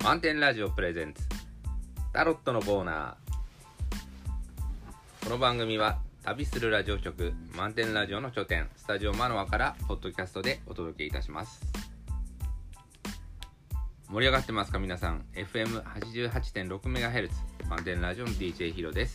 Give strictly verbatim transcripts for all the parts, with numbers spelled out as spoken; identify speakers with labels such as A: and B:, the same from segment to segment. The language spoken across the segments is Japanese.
A: 満点ラジオプレゼンツタロットのコーナー。この番組は旅するラジオ局満点ラジオの拠点スタジオマノアからポッドキャストでお届けいたします。盛り上がってますか皆さん。 エフエムはちじゅうはちてんろくメガヘルツ 満点ラジオの ディージェー ヒロです。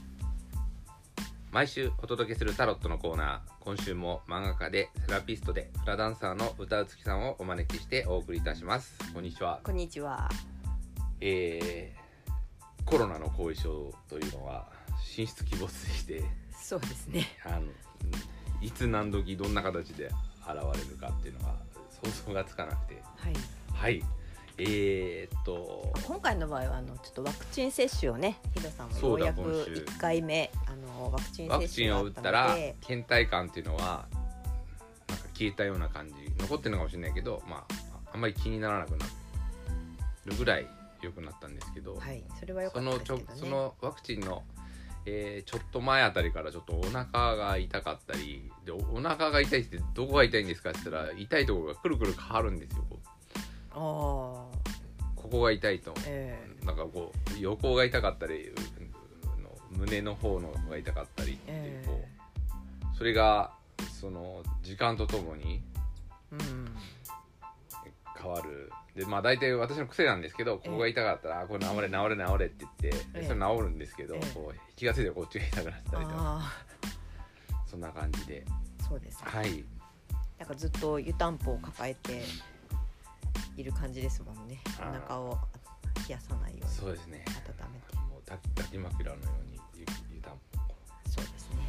A: 毎週お届けするタロットのコーナー。今週も漫画家でセラピストでフラダンサーの歌うつきさんをお招きしてお送りいたします。こんにちは。
B: こんにちは。
A: えー、コロナの後遺症というのは神出鬼没でして、
B: そうですね。
A: あのいつ何時どんな形で現れるかっていうのが想像がつかなくて、
B: はい
A: はいえー、っと
B: 今回の場合はあのちょっとワクチン接種をね、ヒロさんもようやくいっかいめあのワクチン
A: ワクチン
B: 接種があっ
A: を打ったら
B: たので、
A: 倦怠感っていうのはなんか消えたような感じ残ってるのかもしれないけど、まああんまり気にならなくなるぐらい良くなったんですけど、
B: はい、それは良かったですけどね。
A: そのちょそのワクチンの、えー、ちょっと前あたりからちょっとお腹が痛かったりで、 お, お腹が痛いってどこが痛いんですかって言ったら、痛いところがくるくる変わるんですよ。こう
B: あー
A: ここが痛いと、
B: えー、
A: なんかこう横が痛かったりの胸の方のが痛かったりっていう、
B: えー、
A: こうそれがその時間とともに
B: うん
A: 変わる。でまあ大体私の癖なんですけど、ここが痛かったら、えー、これ治れ治れ治れって言って、えー、それ治るんですけど、えー、こう気がついてこっちが痛くなったりとか、そんな感じで。
B: そうですね。
A: はい。
B: なんかずっと湯たんぽを抱えている感じですもんね。お腹を冷やさないように。
A: そうですね。
B: 温めて。
A: もう抱き枕のように湯たんぽ。
B: そうですね。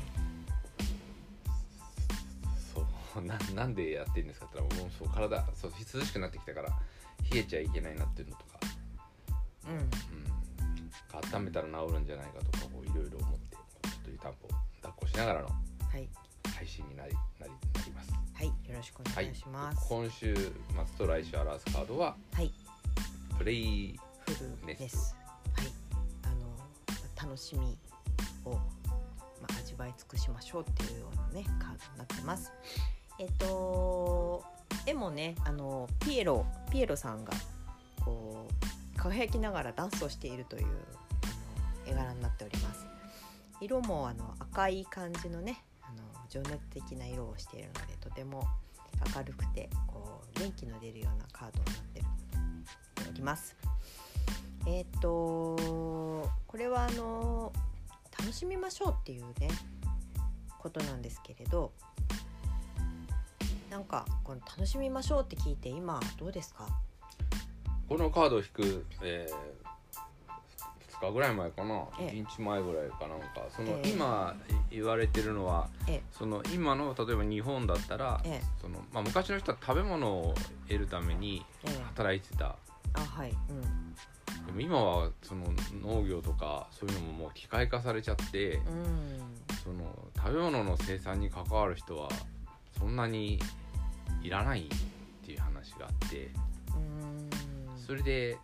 A: そう な, なんでやってるんですかって言ったら、もうそう体そう涼しくなってきたから冷えちゃいけないなっていうのとか、
B: うん、
A: うん、温めたら治るんじゃないかとか、いろいろ思ってちょっと湯たんぽ抱っこしながらの配信にな り, なりなります。
B: はい、よろしくお願いします。
A: はい、今週末と来週表すカードは、はい、プレイ
B: フルネス、はい、あの楽しみを、まあ、味わい尽くしましょうっていうようなねカードになってます。えっと絵もね、あのピエロピエロさんがこう輝きながらダンスをしているというあの絵柄になっております。色もあの赤い感じのね、あの情熱的な色をしているので、とても明るくてこう元気の出るようなカードになっているいただきます。えっとこれはあの楽しみましょうっていうねことなんですけれど、なんかこの楽しみましょうって聞いて今どうですか？
A: このカードを引く、えー、ふつかぐらい前かな、ええ、いちにちまえぐらいかなんか、その、ええ、今言われてるのは、ええ、その今の例えば日本だったら、ええそのまあ、昔の人は食べ物を得るために働いてた、
B: ええ、あはい、うん、
A: でも今はその農業とかそういうのももう機械化されちゃって、うん、その食べ物の生産に関わる人はそんなにいらないっていう話があって、うーんそれで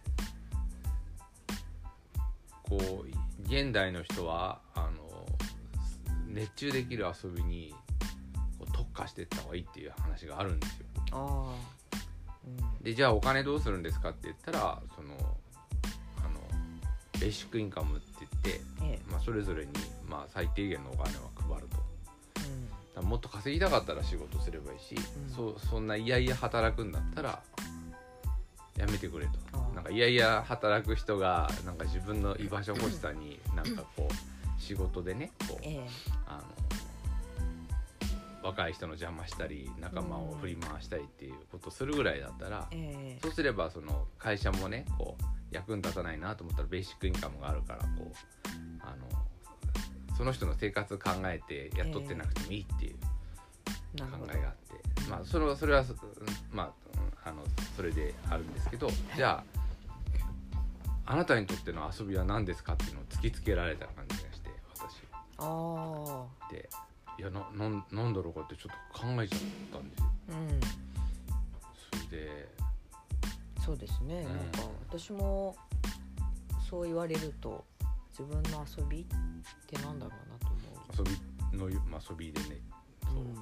A: こう現代の人はあの熱中できる遊びにこう特化していった方がいいっていう話があるんですよ。あ、うん、でじゃあお金どうするんですかって言ったら、そのあのベーシックインカムって言って、ええまあ、それぞれに、まあ、最低限のお金は配ると。もっと稼ぎたかったら仕事すればいいし、うん、そ, そんないやいや働くんだったらやめてくれと。なんかいやいや働く人がなんか自分の居場所欲しさになんかこう仕事でねこう、ええ、あの若い人の邪魔したり仲間を振り回したりっていうことするぐらいだったら、ええ、そうすればその会社もねこう役に立たないなと思ったらベーシックインカムがあるからこうあのその人の生活を考えて雇ってなくてもいいっていう考えがあって、えー、まあそれはそれはまああのそれであるんですけど、じゃああなたにとっての遊びは何ですかっていうのを突きつけられた感じがして、私あでいや な, な, なんだろうかってちょっと考えちゃったんですよ、うん、それで
B: そうですね、うん、なんか私もそう言われると自分の遊びってなんだろうなと思う。
A: 遊びの、まあ、遊びでね、そう、うん、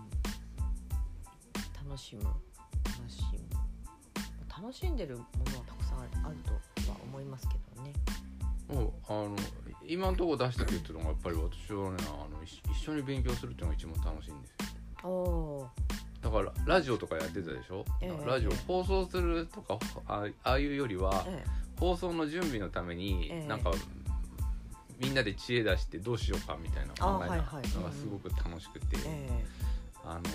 B: 楽しむ楽しむ楽しんでるものはたくさんあるとは思いますけどね。
A: もうあの今のところ出してくれてるのがやっぱり私はねあの一緒に勉強するっていうのが一番楽しいんですよ。
B: お
A: だからラジオとかやってたでしょ、えー、ラジオ放送するとか あ, ああいうよりは、えー、放送の準備のために、えー、なんかみんなで知恵出してどうしようかみたいな考えのがすごく楽しくて、あの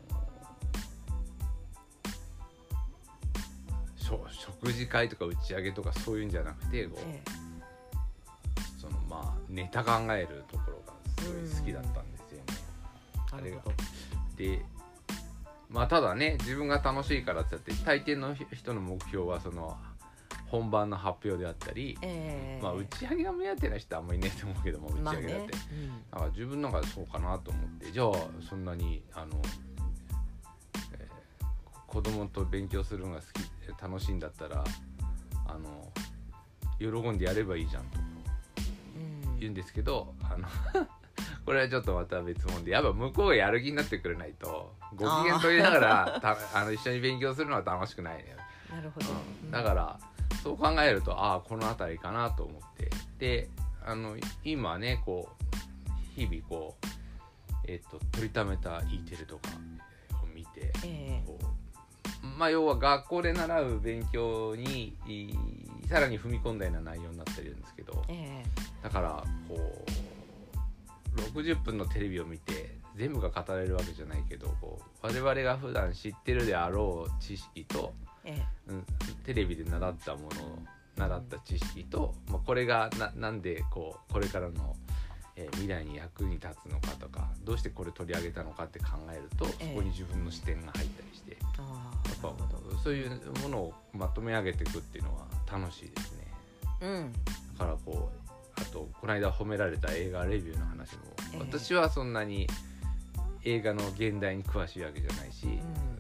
A: 食事会とか打ち上げとかそういうんじゃなくてこう、えー、そのまあネタ考えるところがすごい好きだったんですよね。あれがでまあただね自分が楽しいからって言って大抵の人の目標はその本番の発表であったり、えー、まあ打ち上げが目当てな人はあんまりいないと思うけども、打ち上げだって、まあね、うん、だから自分なんかそうかなと思って、じゃあそんなにあの、えー、子供と勉強するのが好き楽しいんだったらあの喜んでやればいいじゃんと言うんですけど、うん、あのこれはちょっとまた別物で、やっぱ向こうがやる気になってくれないとご機嫌取りながらたあの一緒に勉強するのは楽しくないね。
B: なるほど、
A: うん、だからそう考えるとああこの辺りかなと思って、であの今ねこう日々こう、えー、と取りためた E テレとかを見て、えー、こうまあ要は学校で習う勉強にさらに踏み込んだような内容になってるんですけど、えー、だからこうろくじゅっぷんのテレビを見て全部が語れるわけじゃないけど、こう我々が普段知ってるであろう知識と、ええうん、テレビで習ったもの習った知識と、まあ、これが な, なんでこうこれからの、えー、未来に役に立つのかとか、どうしてこれ取り上げたのかって考えると、ええ、そこに自分の視点が入ったりして、あやっぱそういうものをまとめ上げていくっていうのは楽しいですね、うん、だからこうあとこの間褒められた映画レビューの話も、ええ、私はそんなに映画の現代に詳しいわけじゃないし、うん、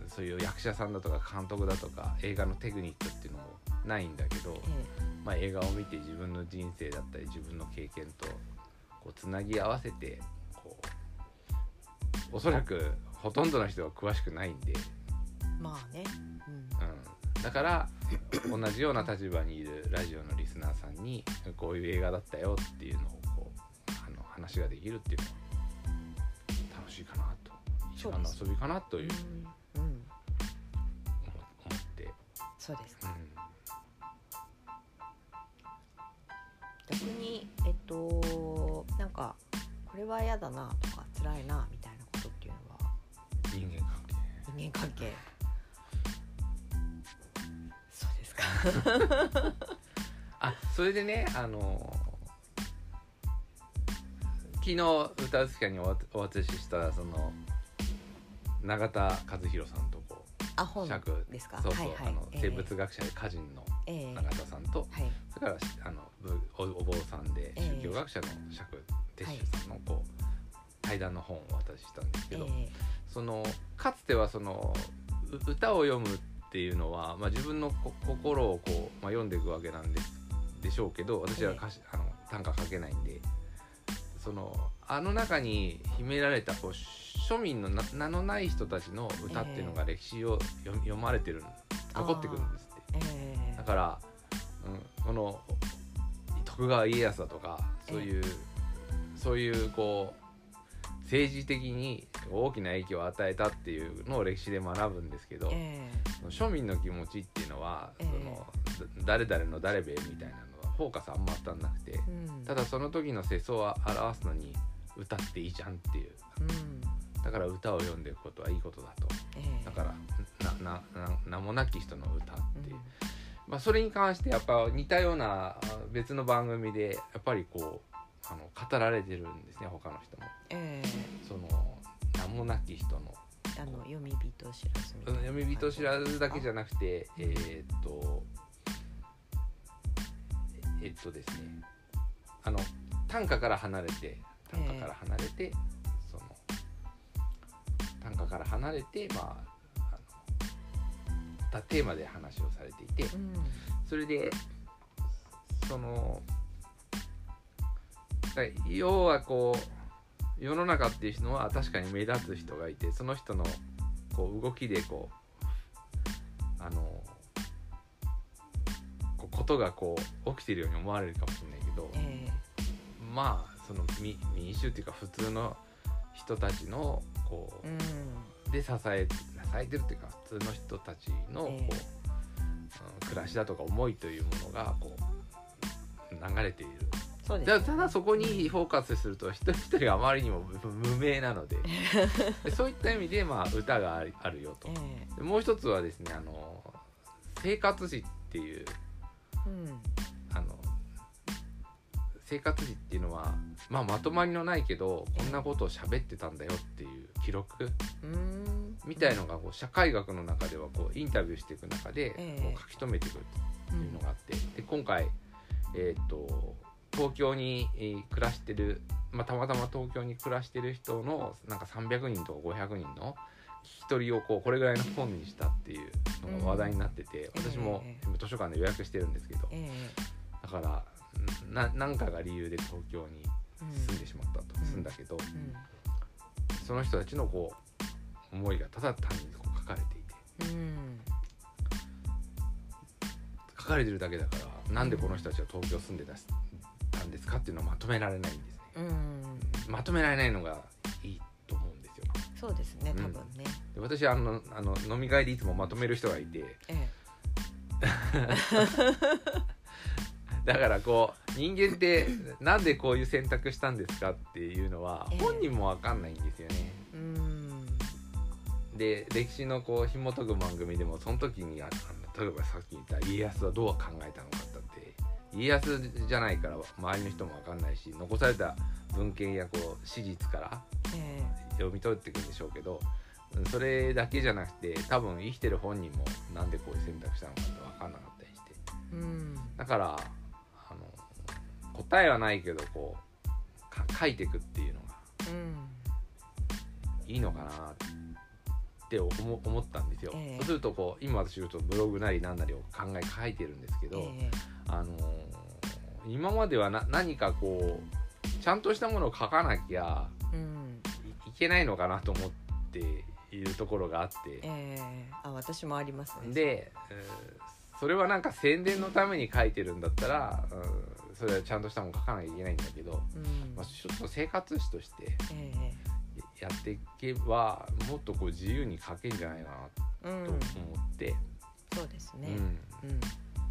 A: そういう役者さんだとか監督だとか映画のテクニックっていうのもないんだけど、ええまあ、映画を見て自分の人生だったり自分の経験とこうつなぎ合わせてこうおそらくほとんどの人は詳しくないんで、
B: まあね、うん
A: うん、だから同じような立場にいるラジオのリスナーさんにこういう映画だったよっていうのをこうあの話ができるっていうのは楽しいかなと、一番の遊びかなという、うんうん、思って
B: そうですか、うん、逆にえっとなんかこれは嫌だなとか辛いなみたいなことっていうのは
A: 人間関係
B: 人間関係そうですか
A: あ、それでねあの昨日歌うつきにお渡ししたその永田和弘さんとこう
B: あ本ですか、
A: そうそう、はいはい、あの生物学者で歌人の永田さんと、えーはい、それからあの お, お坊さんで宗教学者の釈哲宗さんのこう、対談の本をお渡ししたんですけど、えー、そのかつてはその歌を読むっていうのは、まあ、自分の心をこう、まあ、読んでいくわけなんででしょうけど、私は歌詞、えー、あの短歌書けないんで、そのあの中に秘められたこう庶民の 名, 名のない人たちの歌っていうのが歴史を 読, 読まれてる残ってくるんですって、えー、だから、うん、この徳川家康だとかそういう、えー、そういうこう政治的に大きな影響を与えたっていうのを歴史で学ぶんですけど、えー、庶民の気持ちっていうのは、えー、その誰々の誰べみたいなのはフォーカスあんま当たんなくて、うん、ただその時の世相を表すのに歌っていいじゃんっていう、うん、だから歌を読んでいくことはいいことだと、えー、だからななな名もなき人の歌っていう、うんまあ、それに関してやっぱ似たような別の番組でやっぱりこうあの語られてるんですね、他の人も、えー、その名もなき人の
B: あの読み人知らずみたいな、
A: 読み人知らずだけじゃなくてえー、っとえっとですねあの短歌から離れて短歌から離れて、えー、その短歌から離れてまああのテーマで話をされていて、うん、それでその要はこう世の中っていうのは確かに目立つ人がいて、その人のこう動きでこうあのこうことがこう起きてるように思われるかもしれないけど、
B: え
A: ー、まあその民衆っていうか普通の人たちのこう、うん、で支え支えてるっていうか普通の人たちのこう、えーうん、暮らしだとか思いというものがこう流れている。
B: そうですね、
A: ただそこにフォーカスすると一人一人あまりにも無名なの で, でそういった意味でまあ歌があるよと、えー、もう一つはですねあの生活史っていう、うん、あの生活史っていうのは、まあ、まとまりのないけどこんなことを喋ってたんだよっていう記録みたいのがこう社会学の中ではこうインタビューしていく中でこう書き留めていくっていうのがあって、で今回えー、と東京に、えー、暮らしてる、まあ、たまたま東京に暮らしてる人のなんかさんびゃくにんとかごひゃくにんの聞き取りをこうこれぐらいの本にしたっていうのが話題になってて、うん、私も図書館で予約してるんですけど、えー、だからな何かが理由で東京に住んでしまったと、うん、住んだけど、うん、その人たちのこう思いがただ単にこう書かれていて、うん、書かれてるだけだからなんでこの人たちは東京住んでたんですかっていうのはまとめられないんですね、うん、まとめられないのがいいと思うんですよ。
B: そうですね、多分ね、
A: うん、で私はあのあの飲み会でいつもまとめる人がいて、ええ、だからこう人間ってなんでこういう選択したんですかっていうのは本人も分かんないんですよね、ええ、うんで歴史のこう紐解く番組でもその時にあ例えばさっき言った家康はどう考えたのかって家康じゃないから周りの人も分かんないし残された文献やこう史実から読み取っていくんでしょうけど、それだけじゃなくて多分生きてる本人もなんでこういう選択したのかって分かんなかったりして、うん、だからあの答えはないけどこう書いていくっていうのがいいのかなって思, 思ったんですよ、えー、そうするとこう今私ちょっとブログなり何なりを考え書いてるんですけど、えーあのー、今まではな何かこうちゃんとしたものを書かなきゃいけないのかなと思っているところがあって、
B: えー、あ私もありますね。
A: で、えー、それはなんか宣伝のために書いてるんだったら、うん、それはちゃんとしたもの書かなきゃいけないんだけど、うんまあ、ちょっと生活史として、えー、やっていけばもっとこう自由に書けんじゃないかなと思って、
B: うん、そうですね、うんうん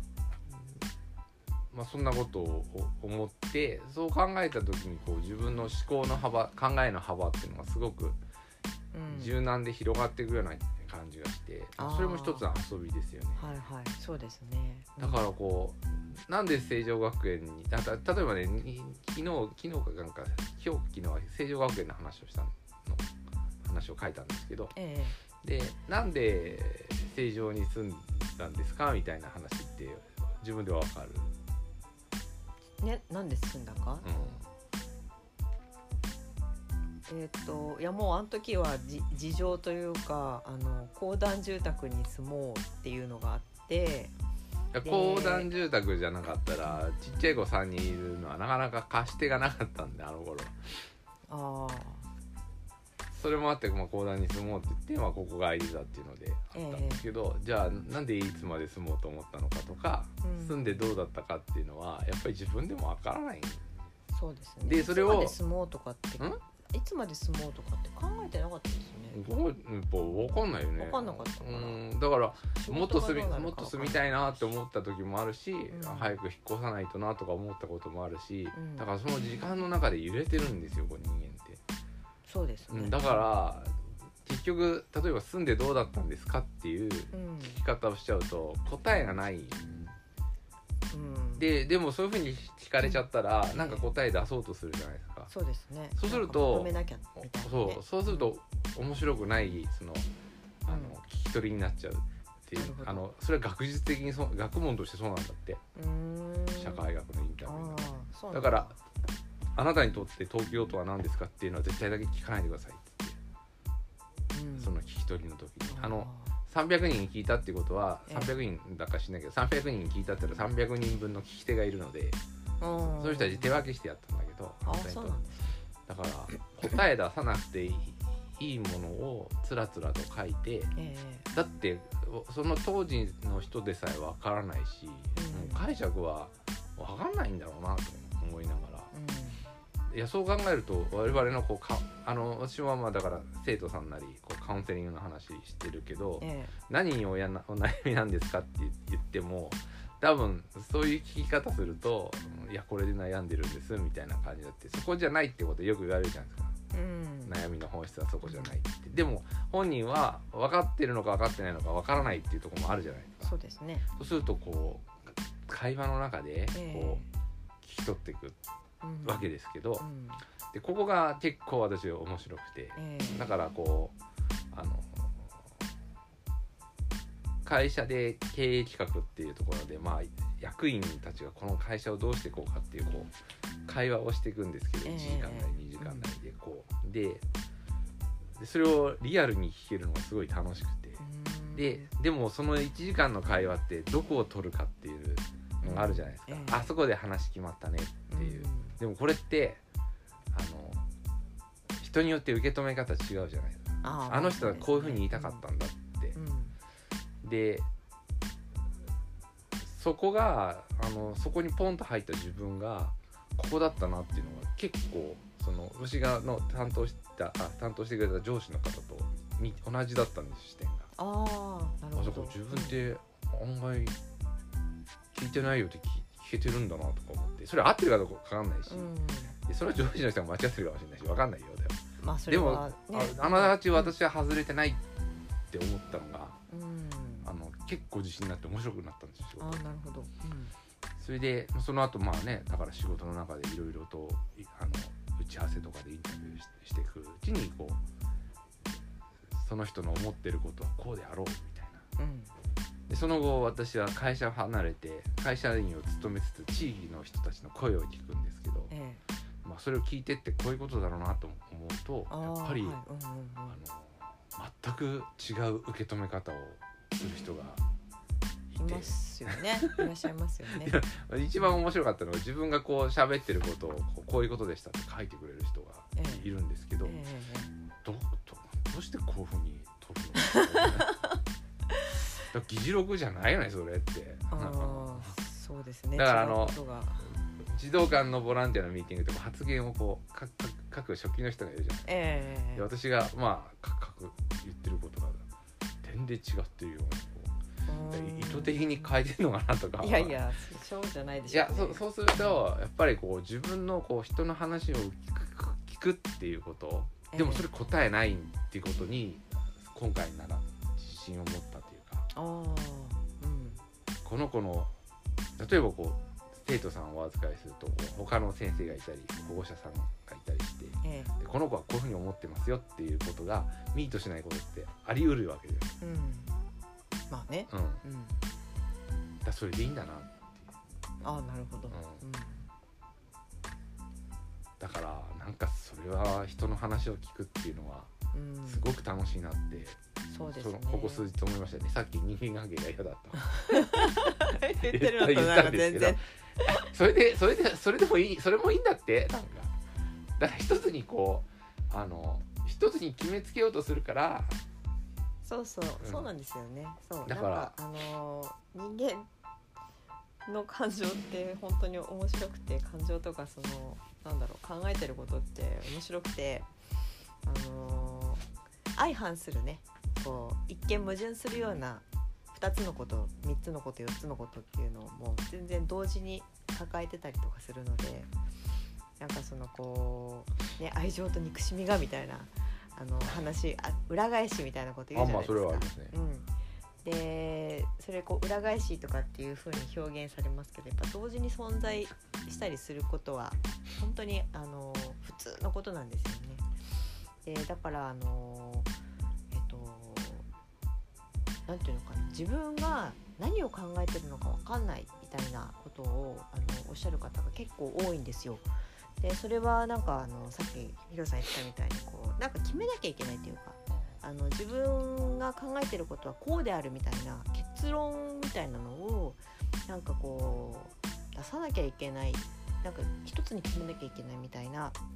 A: まあ、そんなことを思ってそう考えた時にこう自分の思考の幅考えの幅っていうのがすごく柔軟で広がっていくような感じがして、うん、それも一つの遊びですよね。
B: はいはいそうですね、
A: うん、だからこうなんで成城学園にだ例えばね昨日昨日かなんか今日昨日は成城学園の話をしたの話を書いたんですけど、ええ、でなんで成城に住んだんですかみたいな話って自分では分かる
B: ね、なんで住んだか、うん、えっ、ー、といやもうあの時はじ事情というかあの公団住宅に住もうっていうのがあって
A: 公団住宅じゃなかったらちっちゃい子さんにんいるのはなかなか貸し手がなかったんであの頃あそれもあって、まあ、公団に住もうって言って、まあ、ここがいいだっていうのであったんですけど、えー、じゃあなんでいつまで住もうと思ったのかとか、うん、住んでどうだったかっていうのはやっぱり自分でもわからない。
B: そうですね。でそれをいつまで住もうとかっていつまで住もうとかって考えてなかったですよね。
A: やっぱ分かんないよね。
B: 分かんなかったから。
A: うんだからもっと住みもっと住みたいなって思った時もあるし、うん、早く引っ越さないとなとか思ったこともあるし、うん、だからその時間の中で揺れてるんですよ、こう人間って。
B: そうですね。
A: だから結局例えば住んでどうだったんですかっていう聞き方をしちゃうと答えがない、うん、で, でもそういうふうに聞かれちゃったら、うん、なんか答え出そうとするじゃないですか。
B: そうですね。
A: そうすると
B: 止めなきゃみたいな、ね、
A: そうそうすると面白くないそのあの、うん、聞き取りになっちゃうっていうあのそれは学術的にそ学問としてそうなんだって。うーん社会学のインタビューだからあなたにとって東京とは何ですかっていうのは絶対だけ聞かないでくださいって言って、うん、その聞き取りの時にあのさんびゃくにんに聞いたってことはさんびゃくにんだか知んないけどさんびゃくにんに聞いたって言ったらさんびゃくにんぶんの聞き手がいるのでそういう人たち手分けしてやったんだけど
B: あそうなんです、ね、
A: だから答え出さなくていい、いいものをつらつらと書いて、
B: え
A: だってその当時の人でさえわからないし、うん、解釈はわかんないんだろうなと思いながら、うん、いやそう考えると我々のこうかあの私はまあだから生徒さんなりこうカウンセリングの話してるけど、ええ、何をやなお悩みなんですかって言っても多分そういう聞き方すると、いやこれで悩んでるんですみたいな感じだって、そこじゃないってことよく言われるじゃないですか、うん、悩みの本質はそこじゃないって。でも本人は分かってるのか分かってないのか分からないっていうところもあるじゃないですか。
B: そうですね。
A: そうするとこう会話の中でこう聞き取っていくわけですけど、うんうん、でここが結構私は面白くて、えー、だからこうあの会社で経営企画っていうところで、まあ、役員たちがこの会社をどうしていこうかっていう、こう会話をしていくんですけど、いちじかんなりにじかんなりでこうで、でそれをリアルに聞けるのがすごい楽しくて、ででもそのいちじかんの会話ってどこを取るかっていうのがあるじゃないですか、うん、あそこで話決まったねっていう、うん、でもこれってあの人によって受け止め方違うじゃないですか。 あ, あの人はこういうふうに言いたかったんだって、うんうん、でそこがあのそこにポンと入った自分がここだったなっていうのが結構その牛がの担当したあ担当してくれた上司の方と同じだったんです、視点が。
B: ああ、なるほど。
A: あそこ自分って案外聞いてないよって聞けてるんだなとか思って、それ合ってるかどうか分かんないし、うん、でそれは上司の人が間違ってるかもしれないし分かんないよ。でも、まあそれはね、でも あ, あながち私は外れてないって思ったのが、うん、あの結構自信になって面白くなったんですよ。
B: あ、なるほど、うん、
A: それでその後まあね、だから仕事の中でいろいろとあの打ち合わせとかでインタビュー し, していくうちにこうその人の思ってることはこうであろうみたいな、うん、でその後私は会社を離れて会社員を務めつつ地域の人たちの声を聞くんですけど、ええ、まあ、それを聞いてってこういうことだろうなと思うとやっぱり、はい、うんうんうん、あの全く違う受け止め方をする人がいて
B: いますよね。いらっしゃいますよね。
A: 一番面白かったのは自分がこう喋ってることをこ う, こういうことでしたって書いてくれる人がいるんですけど、ええええ、ど, ど, どうしてこういうふうに取るのか、ね、だ議事録じゃないよねそれって。
B: あそうですね。
A: だからあの児童館のボランティアのミーティングでも発言をこう書く初期の人がいるじゃないですか、ええ、で私がまあ書く言ってることが点で違ってるように意図的に変えてるのかなとか。
B: いやいやそうじゃないでしょう、ね、
A: いや そ, そうするとやっぱりこう自分のこう人の話を聞く、聞くっていうことでもそれ答えないっていうことに今回なら自信を持ったというか、あ、うん、この子の例えばこう生徒さんをお預かりすると他の先生がいたり保護者さんがいたりして、ええ、でこの子はこういうふうに思ってますよっていうことがミートしないことってあり得るわけです、うん、
B: まあね、
A: うんうん、だそれでいいんだなっていう。
B: ああなるほど、うん、
A: だからなんかそれは人の話を聞くっていうのはすごく楽しいなって、
B: うん、そうですね、
A: そのここ数日思いましたね。さっき人間関係が嫌だった
B: 言ってるのとなんか全然
A: それでそれでそれでもいい、それもいいんだって。なんかだから一つにこうあの一つに決めつけようとするから、
B: そうそう、うん、そうなんですよね。そうだからなんかあの人間の感情って本当に面白くて、感情とかそのなんだろう考えてることって面白くて、あの相反するね、こう一見矛盾するようなふたつのこと、みっつのこと、よっつのことっていうのをもう全然同時に抱えてたりとかするので、なんかそのこうね、愛情と憎しみがみたいなあの話、あ裏返しみたいなこと言うじゃないですか。
A: あ、まあそれはありますね。
B: うん、でそれこう裏返しとかっていう風に表現されますけど、やっぱ同時に存在したりすることは本当にあの普通のことなんですよね。でだからあのえっとなんていうのかな、自分が何を考えてるのか分かんないみたいなことをあのおっしゃる方が結構多いんですよ。でそれはなんかあのさっきヒロさん言ったみたいにこうなんか決めなきゃいけないというか、あの自分が考えてることはこうであるみたいな結論みたいなのをなんかこう出さなきゃいけない、なんか一つに決めなきゃいけないみたいな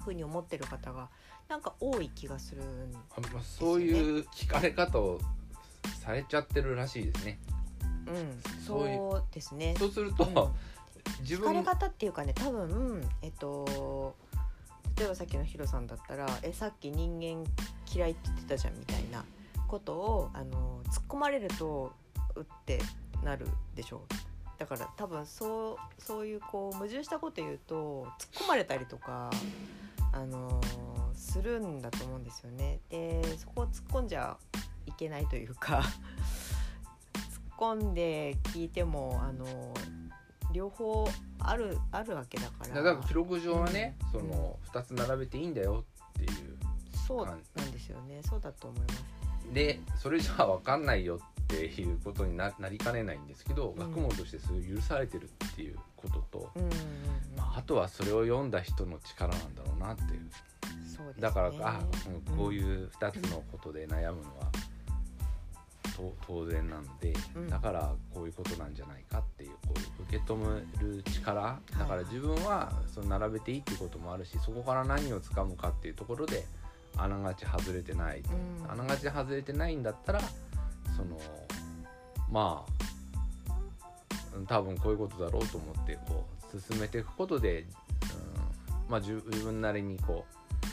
B: ふうに思ってる方がなんか多い気がするんですよね。
A: あ、まあ、そういう聞かれ方をされちゃってるらしいですね。
B: うん、そうですね。
A: そうすると、うん、
B: 自分聞かれ方っていうかね、多分えっと例えばさっきのヒロさんだったら、えさっき人間嫌いって言ってたじゃんみたいなことをあの突っ込まれるとうってなるでしょう。だから多分そうそういうこう矛盾したこと言うと突っ込まれたりとかあのするんだと思うんですよね。でそこを突っ込んじゃいけないというか突っ込んで聞いてもあの両方あるあるわけだから。
A: だから記録上はね、うん、そのふたつ並べていいんだよっていう。
B: そうなんですよね。そうだと思います。
A: でそれじゃあ分かんないよっていうことに な, なりかねないんですけど、うん、学問としてそういう許されてるっていうことと、うんうんうんまあ、あとはそれを読んだ人の力なんだろうなっていう。
B: そうですね、
A: だからあ、うん、こういうふたつのことで悩むのは、うん、当然なんで、うん、だからこういうことなんじゃないかっていう、こういう受け止める力だから自分はその並べていいっていうこともあるし、そこから何をつかむかっていうところであながち外れてない、うん、あながち外れてないんだったらそのまあ多分こういうことだろうと思ってこう進めていくことで、うんまあ、自分なりにこ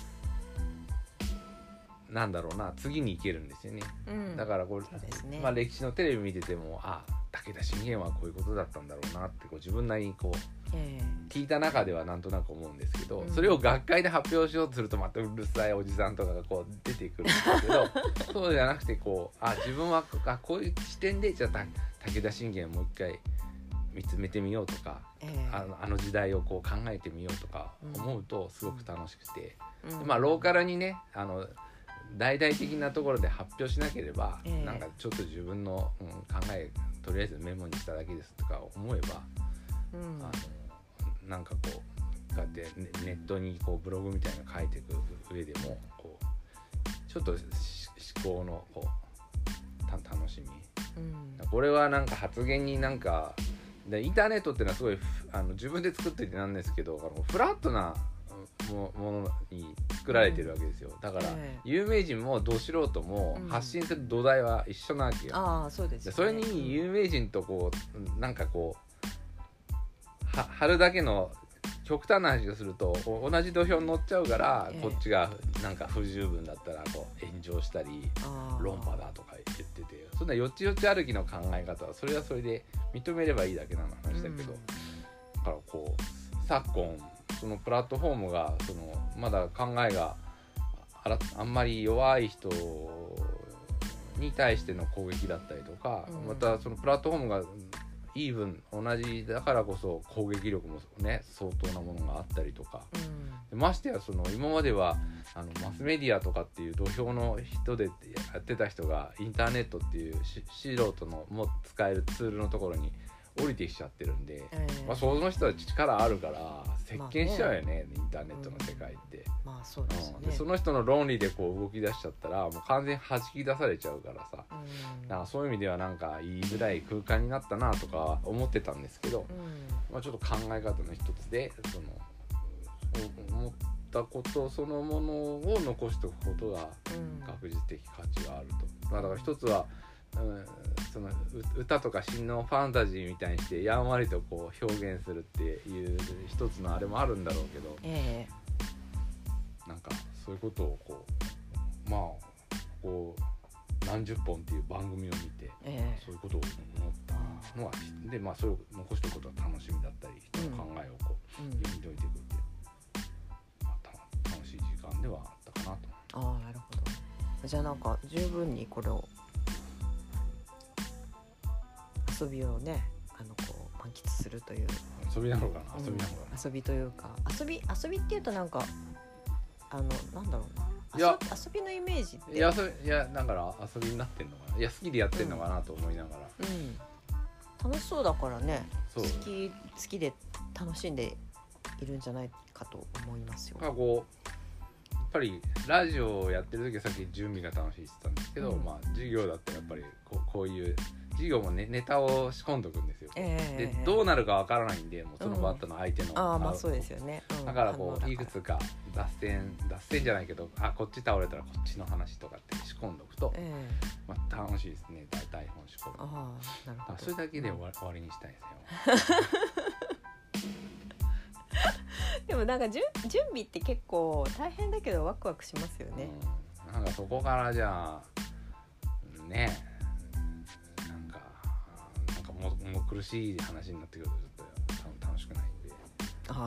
A: うなんだろうな次に行けるんですよね、うん、だからこれ、そうですね、まあ、歴史のテレビ見ててもあ武田信玄はこういうことだったんだろうなってこう自分なりにこう、えー、聞いた中ではなんとなく思うんですけど、うん、それを学会で発表しようとするとまたうるさいおじさんとかがこう出てくるんですけどそうじゃなくてこうあ自分はあこういう視点でじゃあ武田信玄をもう一回見つめてみようとか、えー、あの、あの時代をこう考えてみようとか思うとすごく楽しくて、うん、でまあローカルにねあの大々的なところで発表しなければ、えー、なんかちょっと自分の、うん、考えとりあえずメモにしただけですとか思えば、うん、あのなんかこうこうやってネットにこうブログみたいなの書いていく上でもこうちょっと思考のこうた楽しみ、うん、これはなんか発言になんかでインターネットっていうのはすごいあの自分で作っといてなんですけどあのフラットなものに作られてるわけですよ。だから、えー、有名人もど素人も発信する土台は一緒なわけよ、うん、あそうですね、それに有名人とこうなんかこうは貼るだけの極端な話をすると同じ土俵に乗っちゃうから、えー、こっちがなんか不十分だったらこう炎上したり論破だとか言ってて、そんなよちよち歩きの考え方はそれはそれで認めればいいだけな話だけど、うん、だからこう昨今そのプラットフォームがそのまだ考えが あ, あんまり弱い人に対しての攻撃だったりとか、うん、またそのプラットフォームがイーブン同じだからこそ攻撃力もね相当なものがあったりとか、うん、ましてやその今まではあのマスメディアとかっていう土俵の人でやってた人がインターネットっていう素人のも使えるツールのところに降りてきちゃってるんで、えーまあ、その人たち力あるから席巻しちゃうよね、まあ、ねインターネットの世界って、うん、まあそうですね、うん、でその人の論理でこう動き出しちゃったらもう完全に弾き出されちゃうからさ、うん、だからそういう意味ではなんか言いづらい空間になったなとか思ってたんですけど、うんまあ、ちょっと考え方の一つでその思ったことそのものを残しておくことが確実的価値があると、まあ、だから一つはうん、その歌とか詩のファンタジーみたいにしてやんわりとこう表現するっていう一つのあれもあるんだろうけど、えー、なんかそういうことをこうまあこう何十本っていう番組を見て、えー、そういうことを思ったのはで、まあ、それを残しておくことが楽しみだったり人の考えをこう、うん、読み解いていくっていう、まあ、楽しい時間ではあったかなと。
B: ああなるほど。じゃあなんか十分にこれを遊びをねあのこう満喫するという
A: 遊びなのかな、うん、遊びなのかな
B: 遊びというか遊び遊びっていうとなんかあのなんだろうないや遊びのイメージって
A: いやいやだから遊びになってんのかないや好きでやってんのかなと思いながら、うん
B: うん、楽しそうだからね好き好きで楽しんでいるんじゃないかと思いますよ。
A: なんかこうぱりラジオをやってる時はさっき準備が楽しいって言ったんですけど、うん、まあ授業だったらやっぱりこう、こういう授業も、ね、ネタを仕込んどくんですよ、えー、でどうなるかわからないんでもうそのバットの相手の、うん、
B: あまあそうですよね、
A: うん、だからこういくつか脱線脱線じゃないけどあこっち倒れたらこっちの話とかって仕込んどくと、えーまあ、楽しいですね台本仕込むあなるほどそれだけで終わ、終わりにしたいですよ
B: でもなんか準備って結構大変だけどワクワクしますよね、
A: うん、なんかそこからじゃあねなんかなんかもう、もう苦しい話になってくるとちょっと楽しくないんであ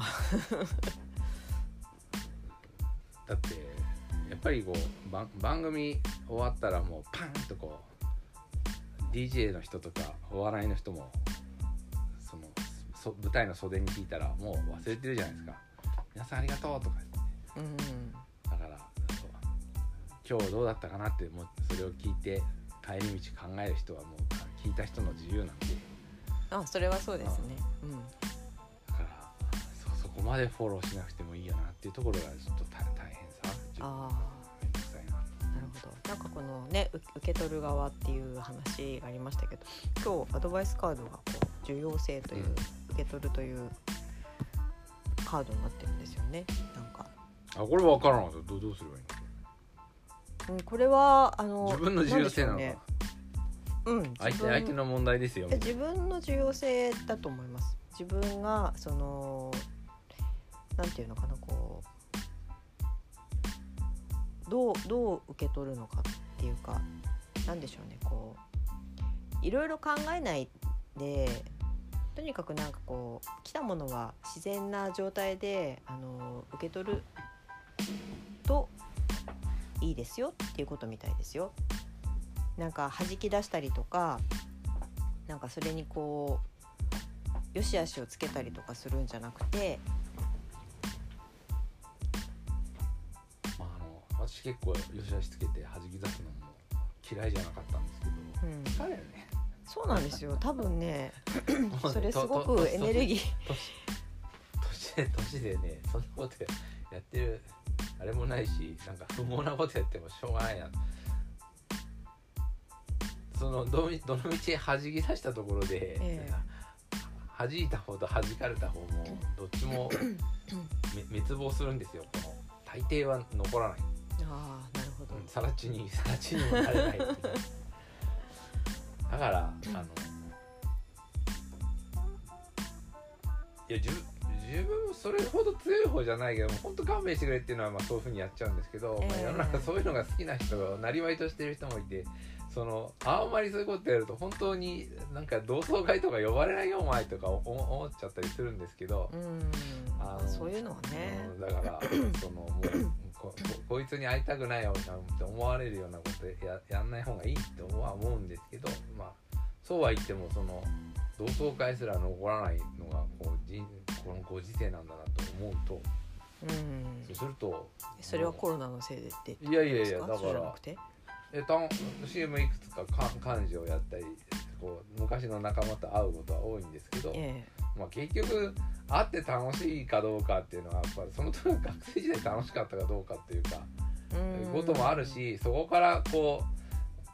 A: だってやっぱりこう番、番組終わったらもうパンとこう ディージェー の人とかお笑いの人もそのそ舞台の袖に聞いたらもう忘れてるじゃないですか皆さんありがとうとか言って、うん、だから今日どうだったかなってもうそれを聞いて帰り道考える人はもう聞いた人の自由なんで
B: あそれはそうですね、うん、
A: だから そ, そこまでフォローしなくてもいいよなっていうところがちょっと 大, 大変さあめんどくさいな
B: なるほどなんかこのね受け取る側っていう話がありましたけど今日アドバイスカードがこう重要性という、うん、受け取るというカードになってるんですよねなんか
A: あこれ分からなかったど う, どうすればいい
B: の、うん、これはあの
A: 自分の重要性なのか、ね
B: うん、
A: 相手相手の問題ですよ
B: 自分の重要性だと思います自分がそのなんていうのかなこうどうどう受け取るのかっていうかなんでしょうねこういろいろ考えないでとにかくなんかこう来たものは自然な状態であの受け取るといいですよっていうことみたいですよ。なんか弾き出したりとかなんかそれにこうよしあしをつけたりとかするんじゃなくて、
A: まあ、あの私結構よしあしつけて弾き出すのも嫌いじゃなかったんですけど、うん、疲れるね。
B: そうなんですよ多分ねそれすごくエネルギー
A: 年で年でねそんなことやってるあれもないしなんか不毛なことやってもしょうがないなそのど, どの道へ弾き出したところで、えー、弾いた方と弾かれた方もどっちも滅亡するんですよこの大抵は残らない
B: ああなるほど、
A: うん、さら地にさら地にもなれないだからあのいや自分自分もそれほど強い方じゃないけど本当勘弁してくれっていうのはまあそういう風にやっちゃうんですけど、えーまあ、世の中そういうのが好きな人がなりわいとしてる人もいてそのあんまりそういうことやると本当になんか同窓会とか呼ばれないよお前とか思っちゃったりするんですけど
B: うんあのそういうのはね、
A: うん、だからそのもうこ, こいつに会いたくないよって思われるようなこと や, やんない方がいいって思は思うんですけど、まあ、そうは言ってもその同窓会すら残らないのがこう人このご時世なんだなと思うと、うん、そうすると
B: それはコロナのせいでって
A: いやいやいやだからえた シーエム いくつか幹事をやったりこう昔の仲間と会うことは多いんですけど、ええまあ、結局会って楽しいかどうかっていうのはやっぱりその時学生時代楽しかったかどうかっていうかこともあるしそこからこう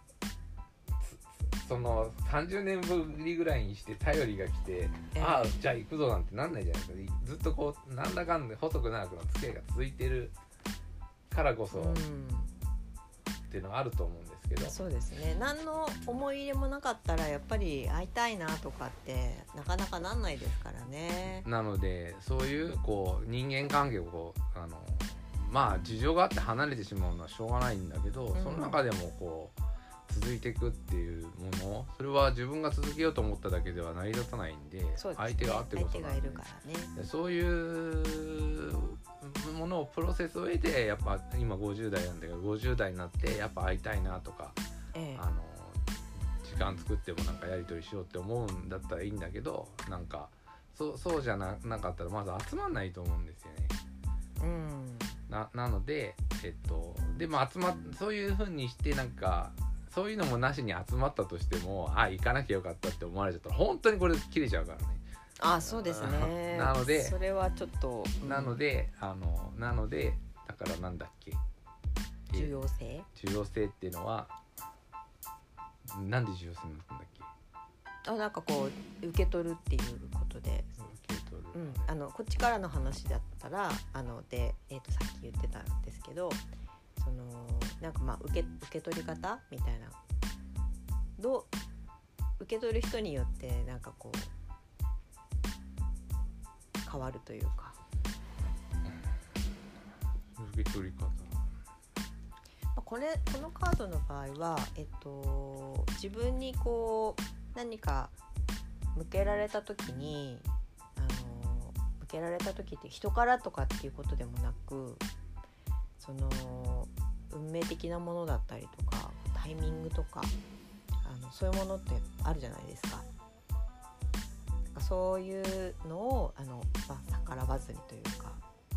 A: そのさんじゅうねんぶりぐらいにして頼りが来て、えー、ああじゃあ行くぞなんてなんないじゃないですかずっとこうなんだかんだ細く長くの付き合いが続いてるからこそ、うん、っていうのがあると思うんですけど
B: そうですね何の思い入れもなかったらやっぱり会いたいなとかってなかなかなんないですからね
A: なのでそういうこう人間関係をこうあのまあ事情があって離れてしまうのはしょうがないんだけど、うん、その中でもこう続いていくっていうものそれは自分が続けようと思っただけでは成り立たないん で, で、ね、相手があってこそなんで、相手がいるからね、そういうものをプロセスを得てやっぱ今ごじゅう代なんだけどごじゅう代になってやっぱ会いたいなとか、ええ、あの時間作ってもなんかやり取りしようって思うんだったらいいんだけどなんか そ, そうじゃ な, なかったらまず集まんないと思うんですよね、うん、な, なのでえっとでも集まそういう風にしてなんかそういうのもなしに集まったとしてもあ行かなきゃよかったって思われちゃったら本当にこれ切れちゃうからね
B: あそうですね
A: なので
B: それはちょっと、
A: うん、なのであのなのでだかからなんだっけ、
B: 重要性
A: 重要性っていうのはなんで重要性になったんだっけ。
B: あ、なんかこう受け取るっていうことで、
A: 受け取る、
B: うん、あのこっちからの話だったらあので、えーと、さっき言ってたんですけど、そのなんかまあ受け、受け取り方みたいな、どう受け取る人によってなんかこう変わるというか、
A: 受け取り方、
B: これこのカードの場合は、えっと、自分にこう何か向けられた時にあの向けられた時って人からとかっていうことでもなく、その運命的なものだったりとかタイミングとか、あのそういうものってあるじゃないですか。そういうのをあの、まあ、逆らわずにというか、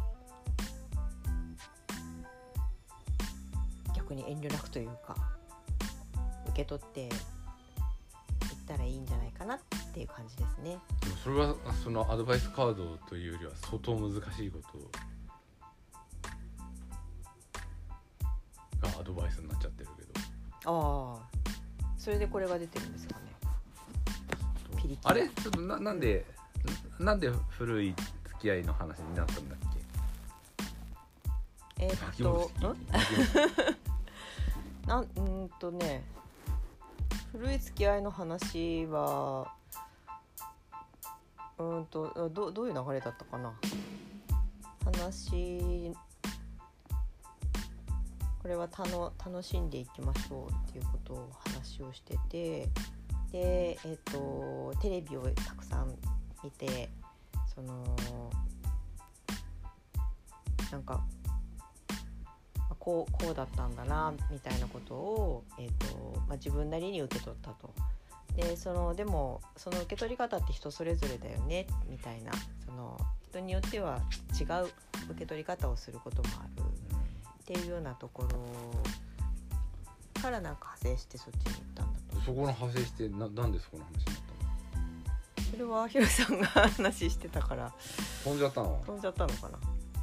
B: 逆に遠慮なくというか受け取っていったらいいんじゃないかなっていう感じですね。
A: でもそれはそのアドバイスカードというよりは相当難しいことがアドバイスになっちゃってるけど。
B: ああ、それでこれが出てるんですかね。ピリキ
A: あれちょっと な, なんでなんで古い付き合いの話になったんだっけ。
B: えー、っとなんうんとね古い付き合いの話はうんと ど, どういう流れだったかな。話これはたの楽しんでいきましょうっていうことを話をしてて、で、えー、とテレビをたくさん見て、そのなんかこう、こうだったんだなみたいなことを、えーとまあ、自分なりに受け取ったと。で、そのでもその受け取り方って人それぞれだよねみたいな、その人によっては違う受け取り方をすることもあるっていうようなところからなんか派生してそっちに行ったんだと。
A: そこの派生して な, なんでそこの話になったの。
B: それはヒロさんが話してたから
A: 飛んじゃったの
B: 飛んじゃったのかな。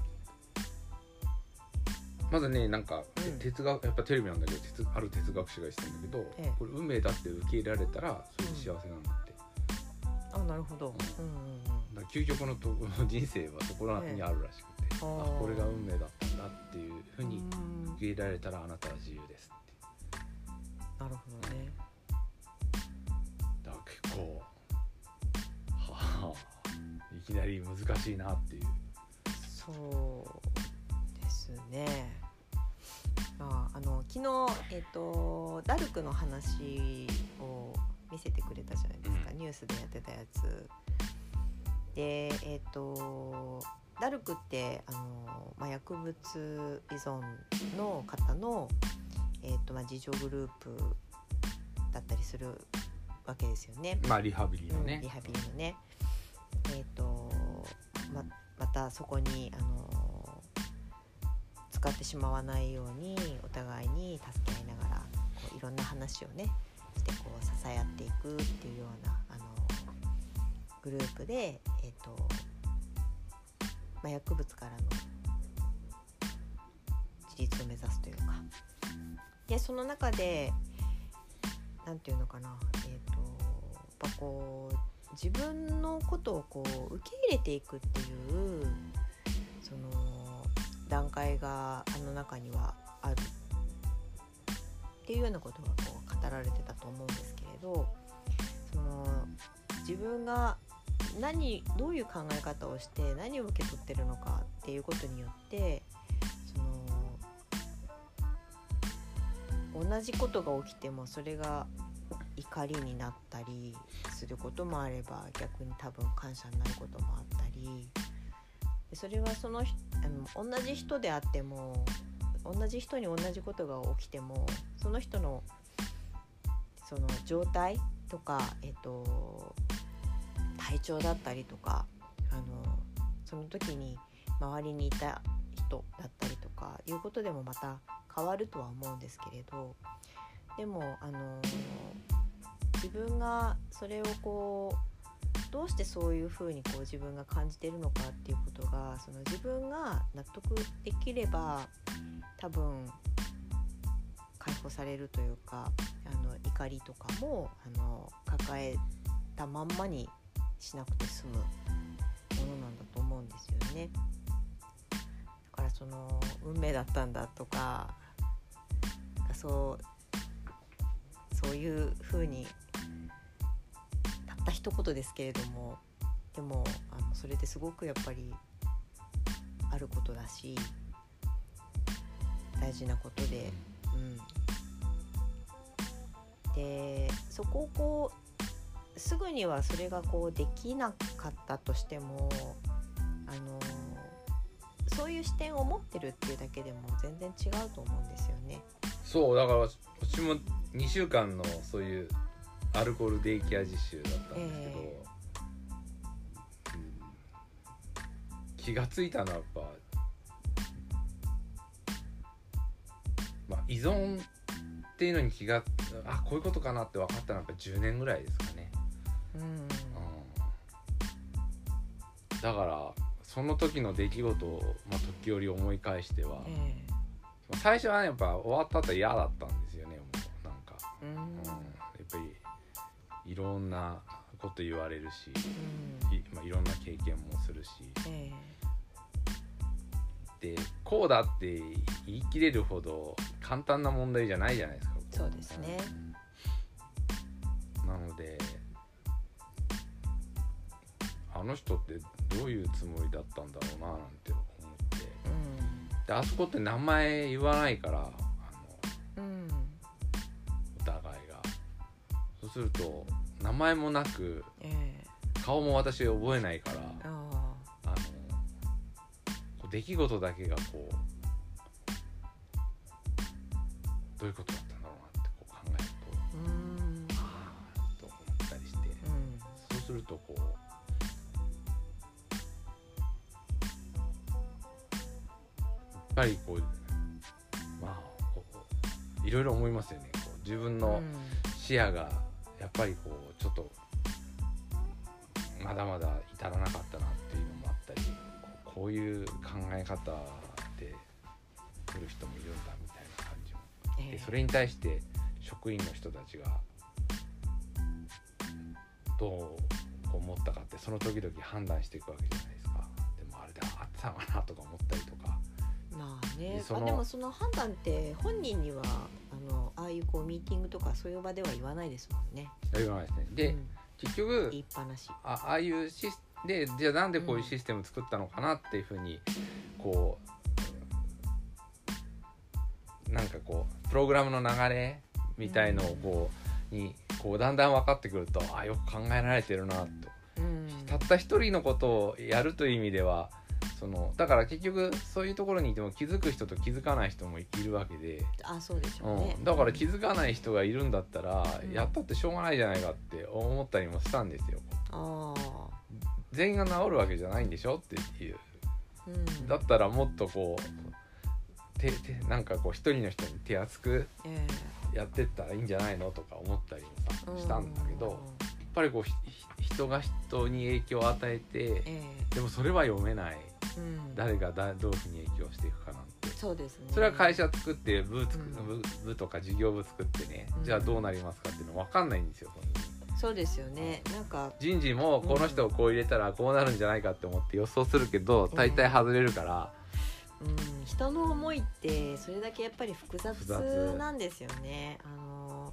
A: まずね、なんか、
B: うん、
A: 哲学やっぱテレビなんだけど哲ある哲学者が言ってたんだけど、
B: ええ、
A: これ運命だって受け入れられたらそれで幸せなんだって、
B: うん、あ、なるほど、うんうんうん、
A: だから究極のと人生はそこらにあるらしくて、ええ、あこれが運命だったんだっていうふうに受け入れられたらあなたは自由ですって。
B: なるほどね。
A: だから結構はあいきなり難しいなっていう。
B: そうですね。まあ、あの昨日、えーと、ダルクの話を見せてくれたじゃないですか、うん、ニュースでやってたやつで、えーと、ダルクってあの、まあ、薬物依存の方の、えーとまあ、自助グループだったりするわけですよね。
A: まあリハビリのね、
B: うん、リハビリのね、えーとま、またそこにあの使ってしまわないようにお互いに助け合いながらこういろんな話をねしてこう支え合っていくっていうようなあのグループで、えーとまあ、薬物からの自立を目指すというか、でその中でなんていうのかな、えーとやっぱこう自分のことをこう受け入れていくっていうその段階があの中にはあるっていうようなことがこう語られてたと思うんですけれど、その自分が何どういう考え方をして何を受け取ってるのかっていうことによってその同じことが起きてもそれが怒りになったりすることもあれば逆に多分感謝になることもあったり、それはそのあの同じ人であっても同じ人に同じことが起きてもその人のその状態とか、えっと、体調だったりとかあのその時に周りにいた人だったりとかいうことでもまた変わるとは思うんですけれど、でもあの自分がそれをこうどうしてそういうふうにこう自分が感じてるのかっていうことが、その自分が納得できれば多分解放されるというか、あの怒りとかもあの抱えたまんまにしなくて済むものなんだと思うんですよね。だからその運命だったんだとか、なんかそうそういうふうにたった一言ですけれども、でもあのそれですごくやっぱりあることだし大事なことで、うん、でそこをこうすぐにはそれがこうできなかったとしても、あのそういう視点を持ってるっていうだけでも全然違うと思うんですよね。
A: そうだから私もにしゅうかんのそういうアルコールデイケア実習だったんですけど、えーうん、気がついたのはやっぱ、まあ、依存っていうのに気があこういうことかなって分かったのはやっぱじゅうねんぐらいですかね、うんうん、だからその時の出来事を、まあ、時折思い返しては、えー、最初は、ね、やっぱ終わった後嫌だったんですよね。もうなんか、うんうん、やっぱりいろんなこと言われるし、うんいまあ、いろんな経験もするし、えー、でこうだって言い切れるほど簡単な問題じゃないじゃないですか。
B: そうですね、
A: うん、なのであの人ってどういうつもりだったんだろうななんて思って、うん、であそこって名前言わないから、あの、うん、お互いがそうすると名前もなく、えー、顔も私覚えないから、あの出来事だけがこうどういうことだったんだろうなってこう考えると、うんあーと思ったりして、うん、そうするとこうやっぱりこうまあいろいろ思いますよね。こう自分の視野がやっぱりこうちょっとまだまだ至らなかったなっていうのもあったり、こう、こういう考え方で来る人もいるんだみたいな感じも、えー、でそれに対して職員の人たちがどう思ったかってその時々判断していくわけじゃないですか。でもあれであってたのかなとか思ったりとか、
B: まあね、で, あでもその判断って本人にはあのああいうこうミーティングとかそういう場では言わないですもんね。
A: 言わないですね。で、うん、結局
B: 言いっぱなし
A: あ, ああいうシスでじゃあなんでこういうシステム作ったのかなっていうふうにこうなんかこうプログラムの流れみたいのをこう、うん、にこうだんだん分かってくると、あよく考えられてるなと、うん、たった一人のことをやるという意味ではそのだから結局そういうところにいても気づく人と気づかない人もいるわけで、
B: あそうでしょうね、
A: うん、だから気づかない人がいるんだったら、うん、やったってしょうがないじゃないかって思ったりもしたんですよ。あ全員が治るわけじゃないんでしょっていう、うん、だったらもっとこう手手なんかこう一人の人に手厚くやってったらいいんじゃないのとか思ったりもさしたんだけど、やっぱりこう人が人に影響を与えて、えー、でもそれは読めない、うん、誰がだどういうふうに影響していくかなんて、
B: そうですね、
A: それは会社作って部作、うん、部, 部とか事業部作ってね、うん、じゃあどうなりますかっていうの分かんないんですよ。
B: そうですよね。なんか
A: 人事もこの人をこう入れたらこうなるんじゃないかって思って予想するけど、うん、大体外れるから、
B: うん、人の思いってそれだけやっぱり複雑なんですよね。あの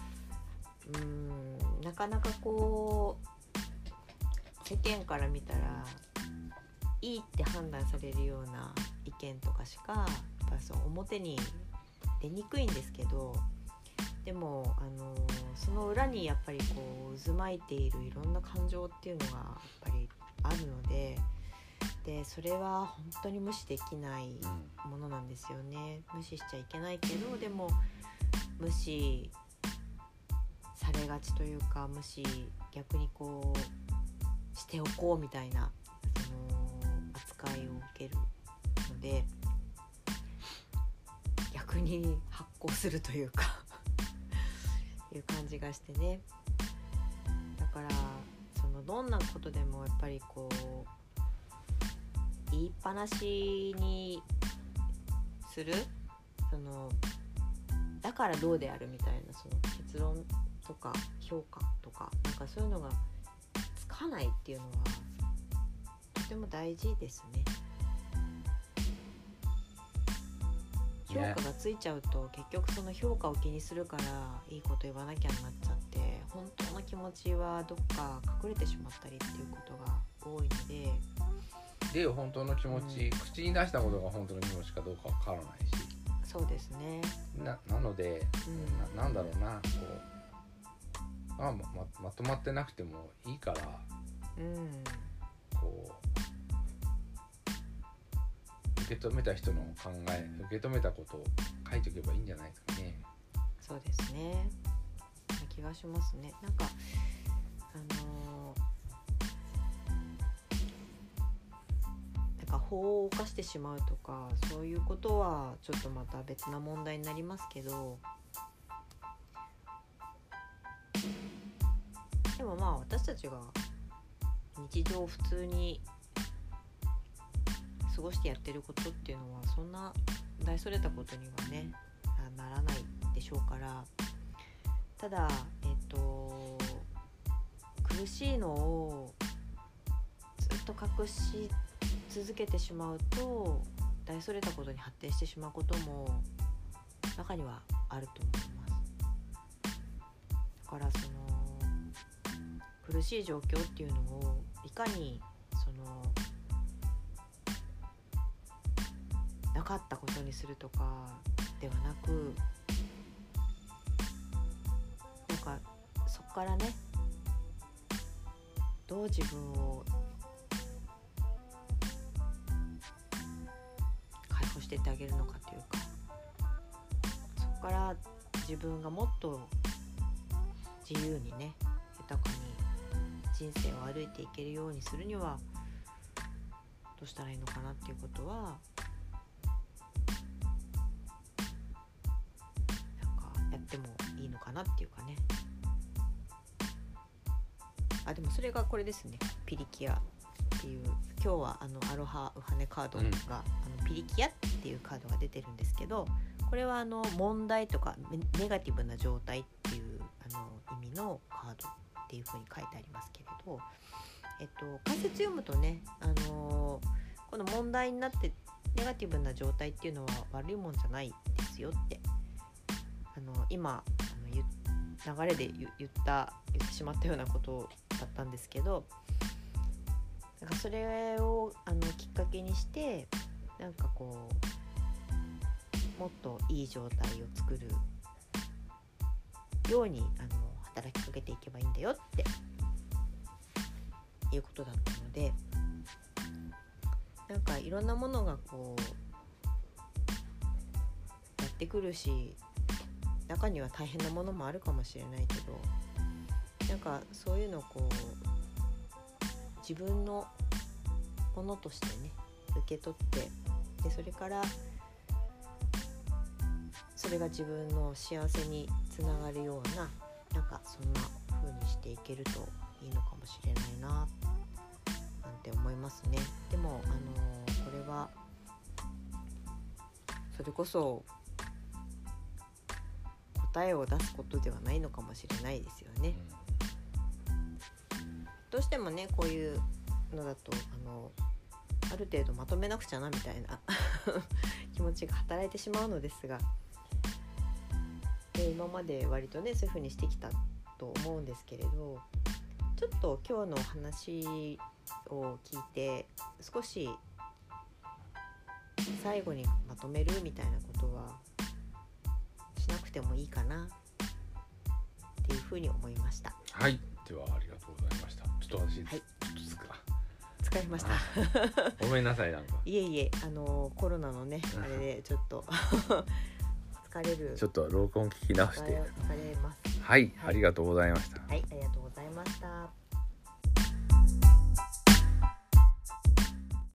B: うんなかなかこう世間から見たらいいって判断されるような意見とかしかやっぱそう表に出にくいんですけど、でもあのその裏にやっぱりこう渦巻いているいろんな感情っていうのがやっぱりあるので、でそれは本当に無視できないものなんですよね。無視しちゃいけないけど、でも無視されがちというか、無視逆にこうしておこうみたいなその扱いを受けるので、逆に発行するというかいう感じがしてね。だからそののどんなことでもやっぱりこう言いっぱなしにする、そのだからどうであるみたいなその結論とか評価とかなんかそういうのがつかないっていうのはとても大事ですね。評価がついちゃうと結局その評価を気にするからいいこと言わなきゃになっちゃって本当の気持ちはどっか隠れてしまったりっていうことが多いので、
A: で本当の気持ち、うん、口に出したことが本当の気持ちかどうかわからないし、
B: そうですね。
A: な, なので、うん、な, なんだろうなこう、まあ、ま, まとまってなくてもいいから、うん、こう受け止めた人の考え、受け止めたことを書いておけばいいんじゃないですかね。
B: そうですね。気がしますね。なんかあのー、なんか法を犯してしまうとかそういうことはちょっとまた別な問題になりますけど、でもまあ私たちが日常普通に過ごしてやってることっていうのはそんな大それたことにはねならないでしょうから、ただえっと苦しいのをずっと隠し続けてしまうと大それたことに発展してしまうことも中にはあると思います。だからその苦しい状況っていうのをいかにそのなかったことにするとかではなく、なんかそこからねどう自分を解放していってあげるのかというか、そこから自分がもっと自由にね豊かに人生を歩いていけるようにするにはどうしたらいいのかなっていうことはなんかやってもいいのかなっていうかね。あ、でもそれがこれですね、ピリキアっていう、今日はあのアロハウハネカードが、うん、あのピリキアっていうカードが出てるんですけど、これはあの問題とかネガティブな状態っていうあの意味のカードっていう風に書いてありますけれど、えっと、解説読むとね、あのー、この問題になってネガティブな状態っていうのは悪いもんじゃないですよって、あの今あの流れで言った言ってしまったようなことだったんですけど、なんかそれをあのきっかけにしてなんかこうもっといい状態を作るようにあの働きかけていけばいいんだよっていうことだったので、なんかいろんなものがこうやってくるし、中には大変なものもあるかもしれないけど、なんかそういうのをこう自分のものとしてね受け取って、でそれからそれが自分の幸せにつながるような、なんかそんな風にしていけるといいのかもしれないななんて思いますね。でもあのー、これはそれこそ答えを出すことではないのかもしれないですよね。どうしてもねこういうのだとあのある程度まとめなくちゃなみたいな気持ちが働いてしまうのですが、で今まで割とねそういう風にしてきたと思うんですけれど、ちょっと今日の話を聞いて少し最後にまとめるみたいなことはしなくてもいいかなっていう風に思いました。
A: はい、ではありがとうございました。ちょっと私、はい、ちょっとつか
B: 疲れました
A: ごめんなさい。なんか
B: いえいえ、あのコロナのねあれでちょっと疲れる、
A: ちょっと録音聞き直して
B: 疲れます。
A: はい、はい、ありがとうございました。
B: はい。